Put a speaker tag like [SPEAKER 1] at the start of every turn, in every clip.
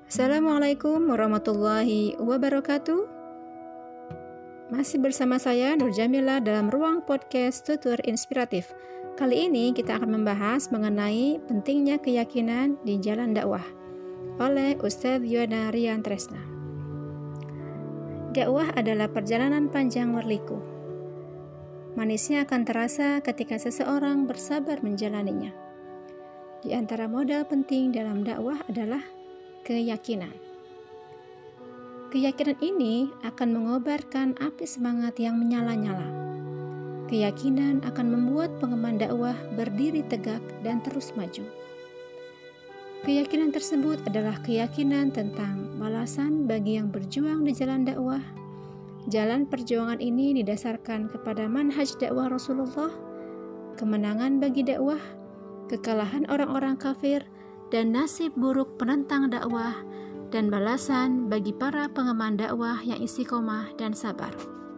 [SPEAKER 1] Assalamualaikum warahmatullahi wabarakatuh. Masih bersama saya Nur Jamila dalam ruang podcast Tutur Inspiratif. Kali ini kita akan membahas mengenai pentingnya keyakinan di jalan dakwah oleh Ustadz Yuwana Rian Tresna. Dakwah adalah perjalanan panjang berliku. Manisnya akan terasa ketika seseorang bersabar menjalaninya. Di antara modal penting dalam dakwah adalah keyakinan. Keyakinan ini akan mengobarkan api semangat yang menyala-nyala. Keyakinan akan membuat pengemban dakwah berdiri tegak dan terus maju. Keyakinan tersebut adalah keyakinan tentang balasan bagi yang berjuang di jalan dakwah. Jalan perjuangan ini didasarkan kepada manhaj dakwah Rasulullah, kemenangan bagi dakwah, kekalahan orang-orang kafir, dan nasib buruk penentang dakwah, dan balasan bagi para pengemban dakwah yang istiqomah dan sabar.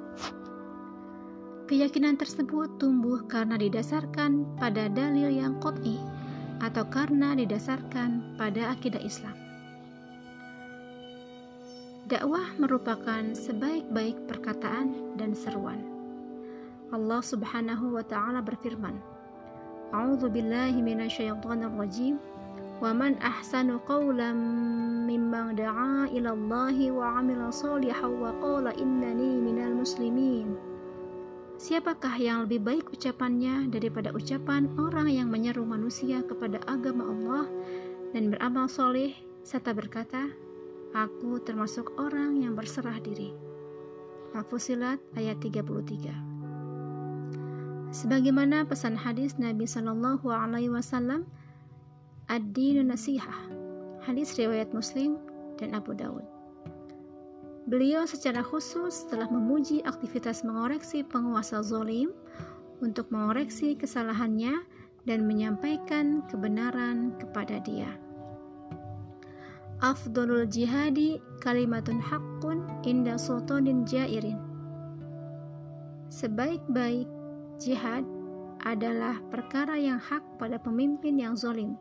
[SPEAKER 1] Keyakinan tersebut tumbuh karena didasarkan pada dalil yang qat'i atau karena didasarkan pada akidah Islam. Dakwah merupakan sebaik-baik perkataan dan seruan. Allah Subhanahu wa Ta'ala berfirman, A'udzu billahi minasyaitonir rajim. Wa man ahsanu qawlan mimman da'a ila Allahi wa 'amila shalihan wa qala innani minal muslimin. Siapakah yang lebih baik ucapannya daripada ucapan orang yang menyeru manusia kepada agama Allah dan beramal soleh serta berkata, aku termasuk orang yang berserah diri. Al-Fussilat ayat 33. Sebagaimana pesan hadis Nabi sallallahu alaihi wasallam, Ad-dinu nasihah, hadis riwayat Muslim dan Abu Daud. Beliau secara khusus telah memuji aktivitas mengoreksi penguasa zalim untuk mengoreksi kesalahannya dan menyampaikan kebenaran kepada dia. Afdolul jihadi kalimatun haqqun inda sultanin jairin. Sebaik-baik jihad adalah perkara yang hak pada pemimpin yang zalim.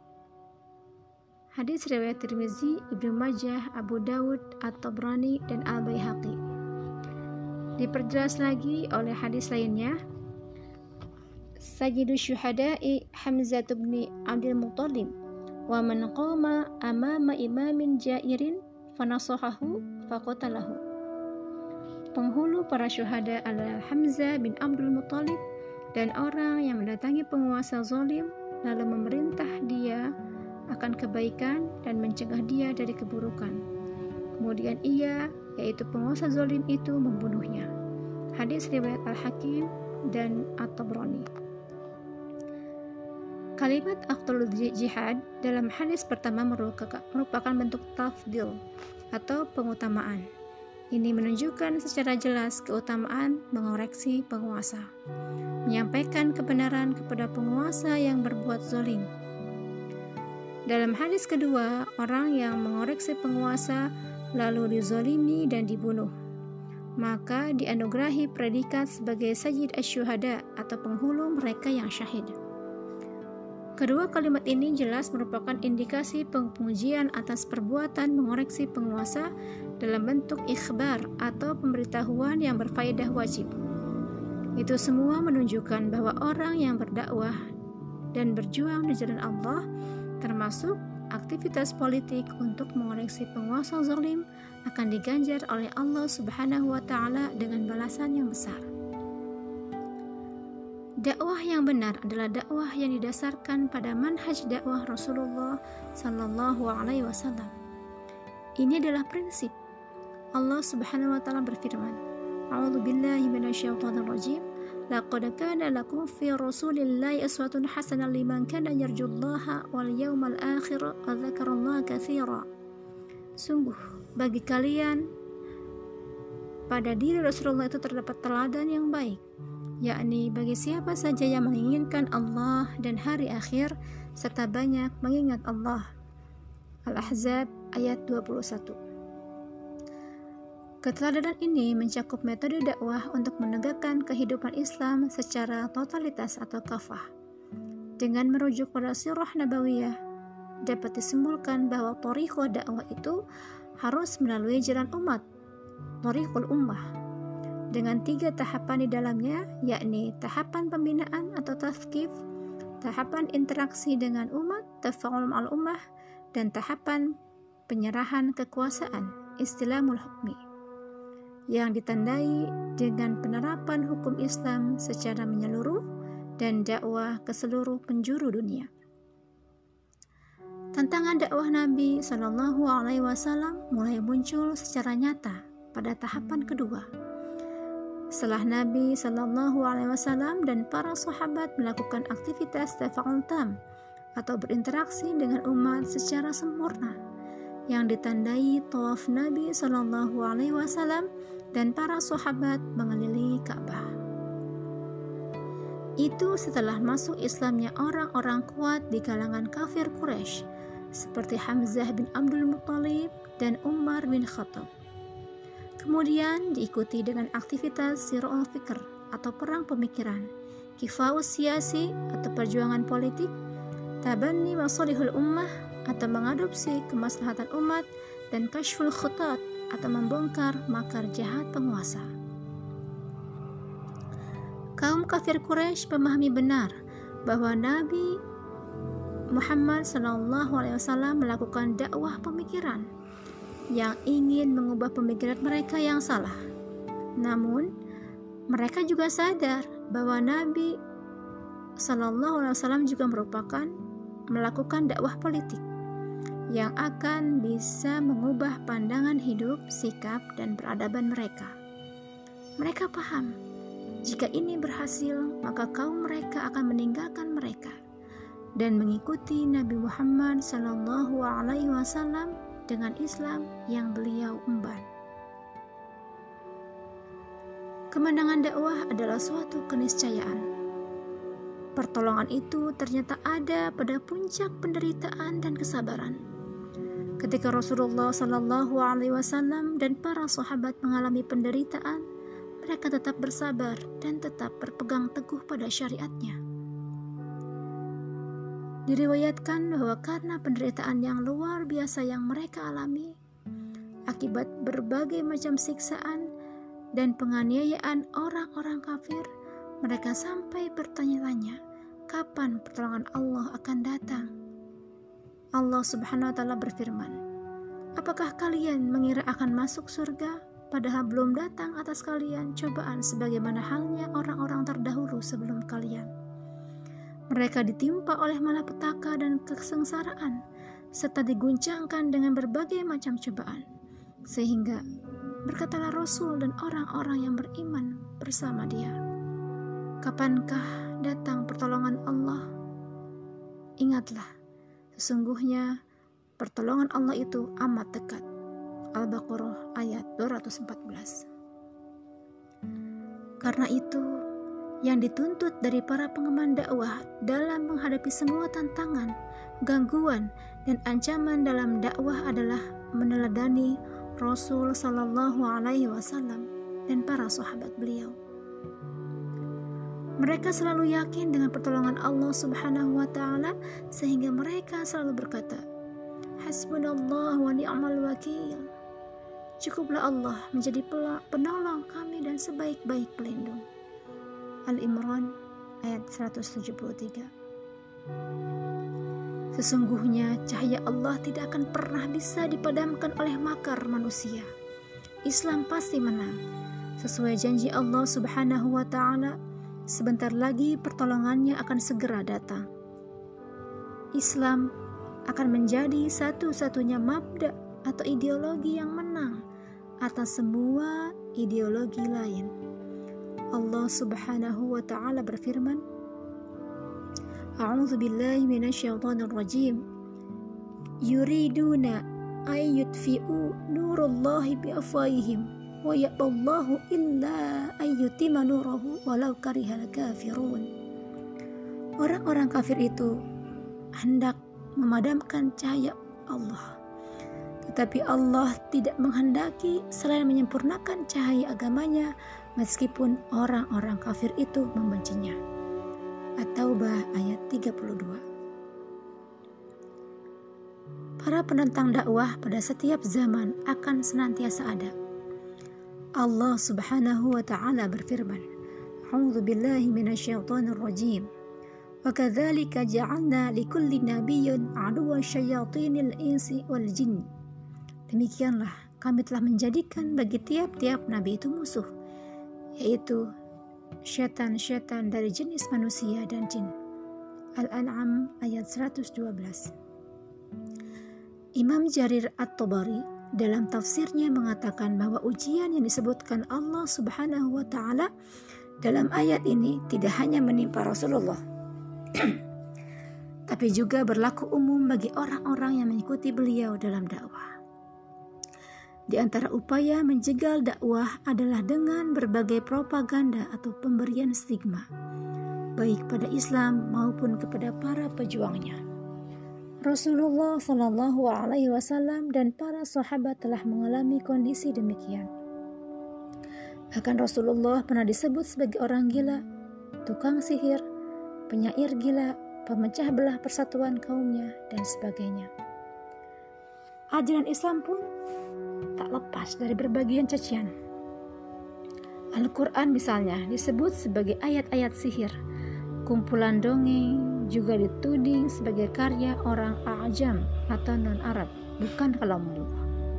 [SPEAKER 1] Hadis riwayat Tirmizi, Ibnu Majah, Abu Daud, At-Tabrani, dan Al-Baihaqi. Diperjelas lagi oleh hadis lainnya, Sayyidu syuhada'i Hamzah bin Abdul Muttalib wa man qama amama imamin jairin fanasahahu faqatalahu. Penghulu para syuhada adalah Hamzah bin Abdul Muttalib dan orang yang mendatangi penguasa zalim lalu memerintah dia akan kebaikan dan mencegah dia dari keburukan. Kemudian ia, yaitu penguasa zalim itu, membunuhnya. Hadis riwayat Al-Hakim dan At-Tabrani. Kalimat afdalul jihad dalam hadis pertama merupakan bentuk tafdil atau pengutamaan. Ini menunjukkan secara jelas keutamaan mengoreksi penguasa, menyampaikan kebenaran kepada penguasa yang berbuat zalim. Dalam hadis kedua, orang yang mengoreksi penguasa lalu dizalimi dan dibunuh, maka dianugerahi predikat sebagai Sayyid Asy-Syuhada atau penghulu mereka yang syahid. Kedua kalimat ini jelas merupakan indikasi pengujian atas perbuatan mengoreksi penguasa dalam bentuk ikhbar atau pemberitahuan yang berfaedah wajib. Itu semua menunjukkan bahwa orang yang berdakwah dan berjuang di jalan Allah, termasuk aktivitas politik untuk mengoreksi penguasa zalim, akan diganjar oleh Allah Subhanahu wa Ta'ala dengan balasan yang besar. Dakwah yang benar adalah dakwah yang didasarkan pada manhaj dakwah Rasulullah sallallahu alaihi wasallam. Ini adalah prinsip. Allah Subhanahu wa Ta'ala berfirman, A'udzu billahi minasyaitonir rajim. Laqad kana lakum fi Rasulillahi uswatun hasanah liman kana yarjullaha wal yawmal akhir wa dzakarallaha katsira. Sungguh bagi kalian pada diri Rasulullah itu terdapat teladan yang baik, yakni bagi siapa saja yang menginginkan Allah dan hari akhir serta banyak mengingat Allah. Al-Ahzab ayat 21. Keteladanan ini mencakup metode dakwah untuk menegakkan kehidupan Islam secara totalitas atau kafah, dengan merujuk pada sirah nabawiyah, dapat disimpulkan bahwa thariqah dakwah itu harus melalui jalan umat, thariqul ummah, dengan 3 tahapan di dalamnya, yakni tahapan pembinaan atau tazkif, tahapan interaksi dengan umat, tafa'ul ma'al ummah, dan tahapan penyerahan kekuasaan, istilamul hukmi, yang ditandai dengan penerapan hukum Islam secara menyeluruh dan dakwah ke seluruh penjuru dunia. Tantangan dakwah Nabi Shallallahu Alaihi Wasallam mulai muncul secara nyata pada tahapan kedua. Setelah Nabi Shallallahu Alaihi Wasallam dan para sahabat melakukan aktivitas tafa'ul tam atau berinteraksi dengan umat secara sempurna, yang ditandai tawaf Nabi Shallallahu Alaihi Wasallam dan para sahabat mengelilingi Ka'bah. Itu setelah masuk Islamnya orang-orang kuat di kalangan kafir Quraisy seperti Hamzah bin Abdul Muttalib dan Umar bin Khattab. Kemudian diikuti dengan aktivitas sira'ul fikr atau perang pemikiran, kifa'us siyasi atau perjuangan politik, tabanni masalihul ummah atau mengadopsi kemaslahatan umat, dan kashful khutat atau membongkar makar jahat penguasa. Kaum kafir Quraisy memahami benar bahwa Nabi Muhammad SAW melakukan dakwah pemikiran yang ingin mengubah pemikiran mereka yang salah. Namun, mereka juga sadar bahwa Nabi SAW juga melakukan dakwah politik yang akan bisa mengubah pandangan hidup, sikap, dan peradaban mereka. Mereka paham, jika ini berhasil, maka kaum mereka akan meninggalkan mereka dan mengikuti Nabi Muhammad SAW dengan Islam yang beliau emban. Kemenangan dakwah adalah suatu keniscayaan. Pertolongan itu ternyata ada pada puncak penderitaan dan kesabaran. Ketika Rasulullah SAW dan para sahabat mengalami penderitaan, mereka tetap bersabar dan tetap berpegang teguh pada syariatnya. Diriwayatkan bahwa karena penderitaan yang luar biasa yang mereka alami, akibat berbagai macam siksaan dan penganiayaan orang-orang kafir, mereka sampai bertanya-tanya, kapan pertolongan Allah akan datang? Allah Subhanahu wa Ta'ala berfirman, apakah kalian mengira akan masuk surga, padahal belum datang atas kalian cobaan sebagaimana halnya orang-orang terdahulu sebelum kalian? Mereka ditimpa oleh malapetaka dan kesengsaraan, serta diguncangkan dengan berbagai macam cobaan. Sehingga berkatalah Rasul dan orang-orang yang beriman bersama dia, kapankah datang pertolongan Allah? Ingatlah, sesungguhnya pertolongan Allah itu amat dekat. Al-Baqarah ayat 214. Karena itu, yang dituntut dari para pengemban dakwah dalam menghadapi semua tantangan, gangguan, dan ancaman dalam dakwah adalah meneladani Rasul Sallallahu Alaihi Wasallam dan para sahabat beliau. Mereka selalu yakin dengan pertolongan Allah Subhanahu wa Ta'ala, sehingga mereka selalu berkata, Hasbunallah wa ni'mal wakil. Cukuplah Allah menjadi penolong kami dan sebaik-baik pelindung. Al-Imran ayat 173. Sesungguhnya cahaya Allah tidak akan pernah bisa dipadamkan oleh makar manusia. Islam pasti menang. Sesuai janji Allah Subhanahu wa Ta'ala, sebentar lagi pertolongannya akan segera datang. Islam akan menjadi satu-satunya mabda atau ideologi yang menang atas semua ideologi lain. Allah Subhanahu wa Ta'ala berfirman, A'udzu billahi minasyaitonir rajim. Yuriduna ay yutfi'u nurullahi biafwahihim wa ya'ballahu illa ay yutimma nurahu walau karihal kafirun. Orang-orang kafir itu hendak memadamkan cahaya Allah, tetapi Allah tidak menghendaki selain menyempurnakan cahaya agamanya, meskipun orang-orang kafir itu membencinya. At-Taubah ayat 32. Para penentang dakwah pada setiap zaman akan senantiasa ada. Allah Subhanahu wa ta'ala berfirman, A'udzu billahi minasyaitonir rajim. Wa kadzalika ja'alna likulli nabiyyin aduwwan syayatinil insi wal jinn. Demikianlah kami telah menjadikan bagi tiap-tiap nabi itu musuh, yaitu syaitan-syaitan dari jenis manusia dan jin. Al-An'am ayat 112. Imam Jarir At-Tabari dalam tafsirnya mengatakan bahwa ujian yang disebutkan Allah Subhanahu wa ta'ala dalam ayat ini tidak hanya menimpa Rasulullah, tapi juga berlaku umum bagi orang-orang yang mengikuti beliau dalam dakwah. Di antara upaya menjegal dakwah adalah dengan berbagai propaganda atau pemberian stigma, baik pada Islam maupun kepada para pejuangnya. Rasulullah Shallallahu Alaihi Wasallam dan para sahabat telah mengalami kondisi demikian. Bahkan Rasulullah pernah disebut sebagai orang gila, tukang sihir, penyair gila, pemecah belah persatuan kaumnya, dan sebagainya. Ajaran Islam pun tak lepas dari berbagai cacian. Al-Quran misalnya disebut sebagai ayat-ayat sihir, kumpulan dongeng, juga dituding sebagai karya orang A'jam atau non-Arab, bukan kalamullah.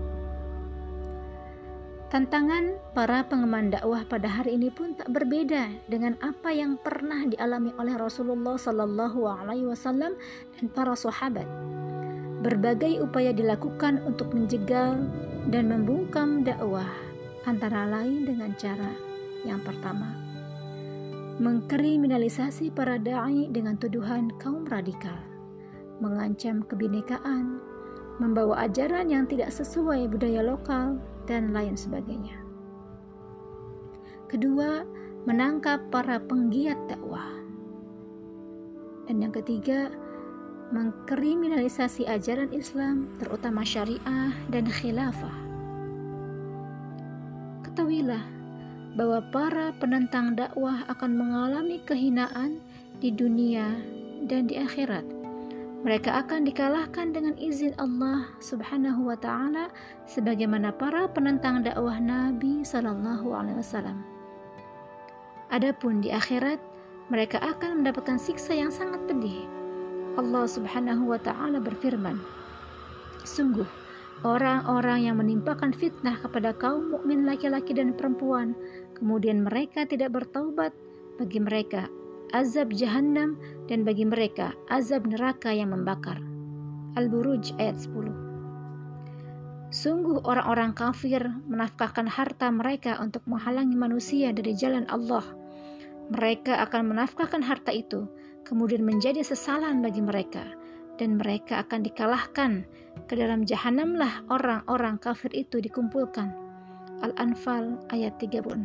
[SPEAKER 1] Tantangan para pengemban dakwah pada hari ini pun tak berbeda dengan apa yang pernah dialami oleh Rasulullah Sallallahu Alaihi Wasallam dan para sahabat. Berbagai upaya dilakukan untuk menjegal dan membungkam dakwah, antara lain dengan cara yang pertama, mengkriminalisasi para da'i dengan tuduhan kaum radikal, mengancam kebinekaan, membawa ajaran yang tidak sesuai budaya lokal, dan lain sebagainya. Kedua, menangkap para penggiat dakwah. Dan yang ketiga, mengkriminalisasi ajaran Islam, terutama syariah dan khilafah. Ketahuilah bahwa para penentang dakwah akan mengalami kehinaan di dunia dan di akhirat. Mereka akan dikalahkan dengan izin Allah Subhanahu wa ta'ala sebagaimana para penentang dakwah Nabi Sallallahu Alaihi Wasallam. Adapun di akhirat, mereka akan mendapatkan siksa yang sangat pedih. Allah Subhanahu wa ta'ala berfirman, sungguh orang-orang yang menimpakan fitnah kepada kaum mukmin laki-laki dan perempuan, kemudian mereka tidak bertaubat, bagi mereka azab jahannam dan bagi mereka azab neraka yang membakar. Al-Buruj ayat 10. Sungguh orang-orang kafir menafkahkan harta mereka untuk menghalangi manusia dari jalan Allah. Mereka akan menafkahkan harta itu, kemudian menjadi sesalan bagi mereka, dan mereka akan dikalahkan. Ke dalam jahanamlah orang-orang kafir itu dikumpulkan. Al-Anfal ayat 36.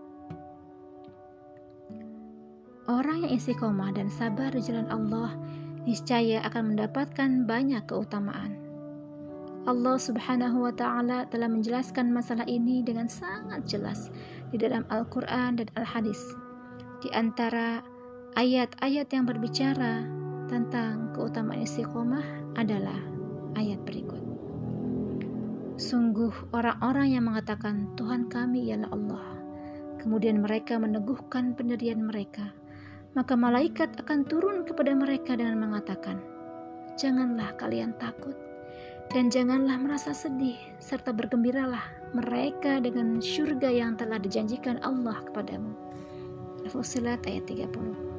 [SPEAKER 1] Orang yang istiqomah dan sabar di jalan Allah niscaya akan mendapatkan banyak keutamaan. Allah Subhanahu wa ta'ala telah menjelaskan masalah ini dengan sangat jelas di dalam Al-Quran dan Al-Hadis. Di antara ayat-ayat yang berbicara tentang keutamaan istiqomah adalah ayat berikut. Sungguh orang-orang yang mengatakan Tuhan kami ialah Allah, kemudian mereka meneguhkan pendirian mereka, maka malaikat akan turun kepada mereka dengan mengatakan, janganlah kalian takut dan janganlah merasa sedih, serta bergembiralah mereka dengan syurga yang telah dijanjikan Allah kepadamu. Al-Fussilat ayat 30.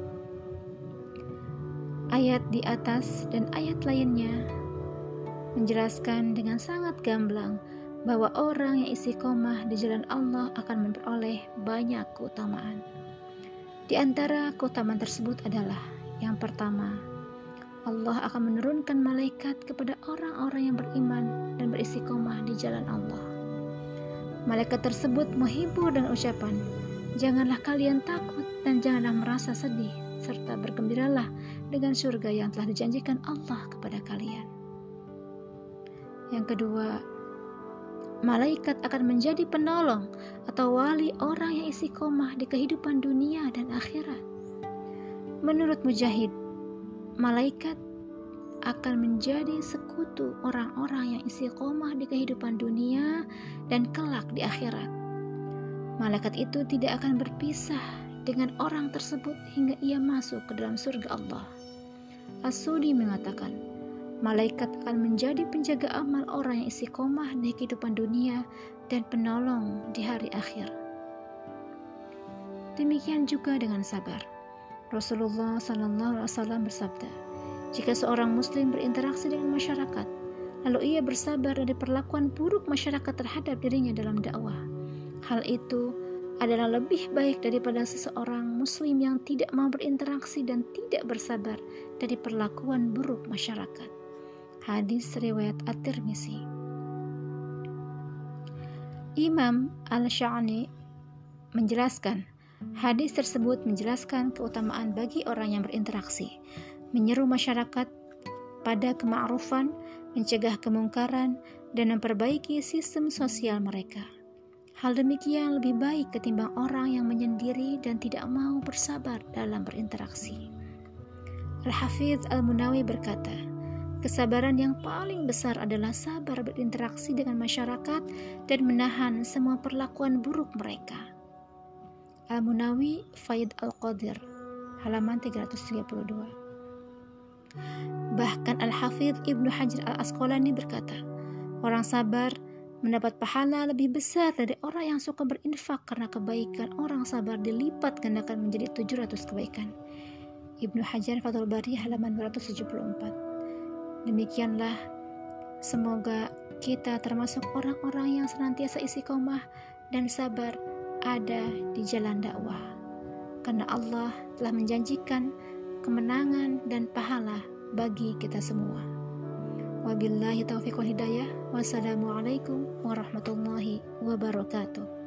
[SPEAKER 1] Ayat di atas dan ayat lainnya menjelaskan dengan sangat gamblang bahwa orang yang istiqomah di jalan Allah akan memperoleh banyak keutamaan. Di antara keutamaan tersebut adalah yang pertama, Allah akan menurunkan malaikat kepada orang-orang yang beriman dan beristiqomah di jalan Allah. Malaikat tersebut menghibur dengan ucapan, janganlah kalian takut dan janganlah merasa sedih, serta bergembiralah dengan surga yang telah dijanjikan Allah kepada kalian. Yang kedua, malaikat akan menjadi penolong atau wali orang yang istiqomah di kehidupan dunia dan akhirat. Menurut Mujahid, malaikat akan menjadi sekutu orang-orang yang istiqomah di kehidupan dunia dan kelak di akhirat. Malaikat itu tidak akan berpisah dengan orang tersebut hingga ia masuk ke dalam surga Allah. As-Sudi mengatakan, malaikat akan menjadi penjaga amal orang yang istiqomah di kehidupan dunia dan penolong di hari akhir. Demikian juga dengan sabar. Rasulullah SAW bersabda, jika seorang muslim berinteraksi dengan masyarakat, lalu ia bersabar dari perlakuan buruk masyarakat terhadap dirinya dalam dakwah, hal itu adalah lebih baik daripada seseorang muslim yang tidak mau berinteraksi dan tidak bersabar dari perlakuan buruk masyarakat. Hadis riwayat At-Tirmizi. Imam Al-Sya'ni menjelaskan, hadis tersebut menjelaskan keutamaan bagi orang yang berinteraksi, menyeru masyarakat pada kema'rufan, mencegah kemungkaran, dan memperbaiki sistem sosial mereka. Hal demikian lebih baik ketimbang orang yang menyendiri dan tidak mau bersabar dalam berinteraksi. Al-Hafidz Al-Munawi berkata, kesabaran yang paling besar adalah sabar berinteraksi dengan masyarakat dan menahan semua perlakuan buruk mereka. Al-Munawi Faid Al-Qadir, halaman 332. Bahkan Al-Hafidz Ibnu Hajar Al-Asqalani berkata, orang sabar mendapat pahala lebih besar dari orang yang suka berinfak karena kebaikan orang sabar dilipat gandakan menjadi 700 kebaikan. Ibnu Hajar Fathul Bari halaman 274. Demikianlah, semoga kita termasuk orang-orang yang senantiasa istiqomah dan sabar ada di jalan dakwah, karena Allah telah menjanjikan kemenangan dan pahala bagi kita semua. Wabillahi taufiq wal hidayah. Wassalamualaikum warahmatullahi wabarakatuh.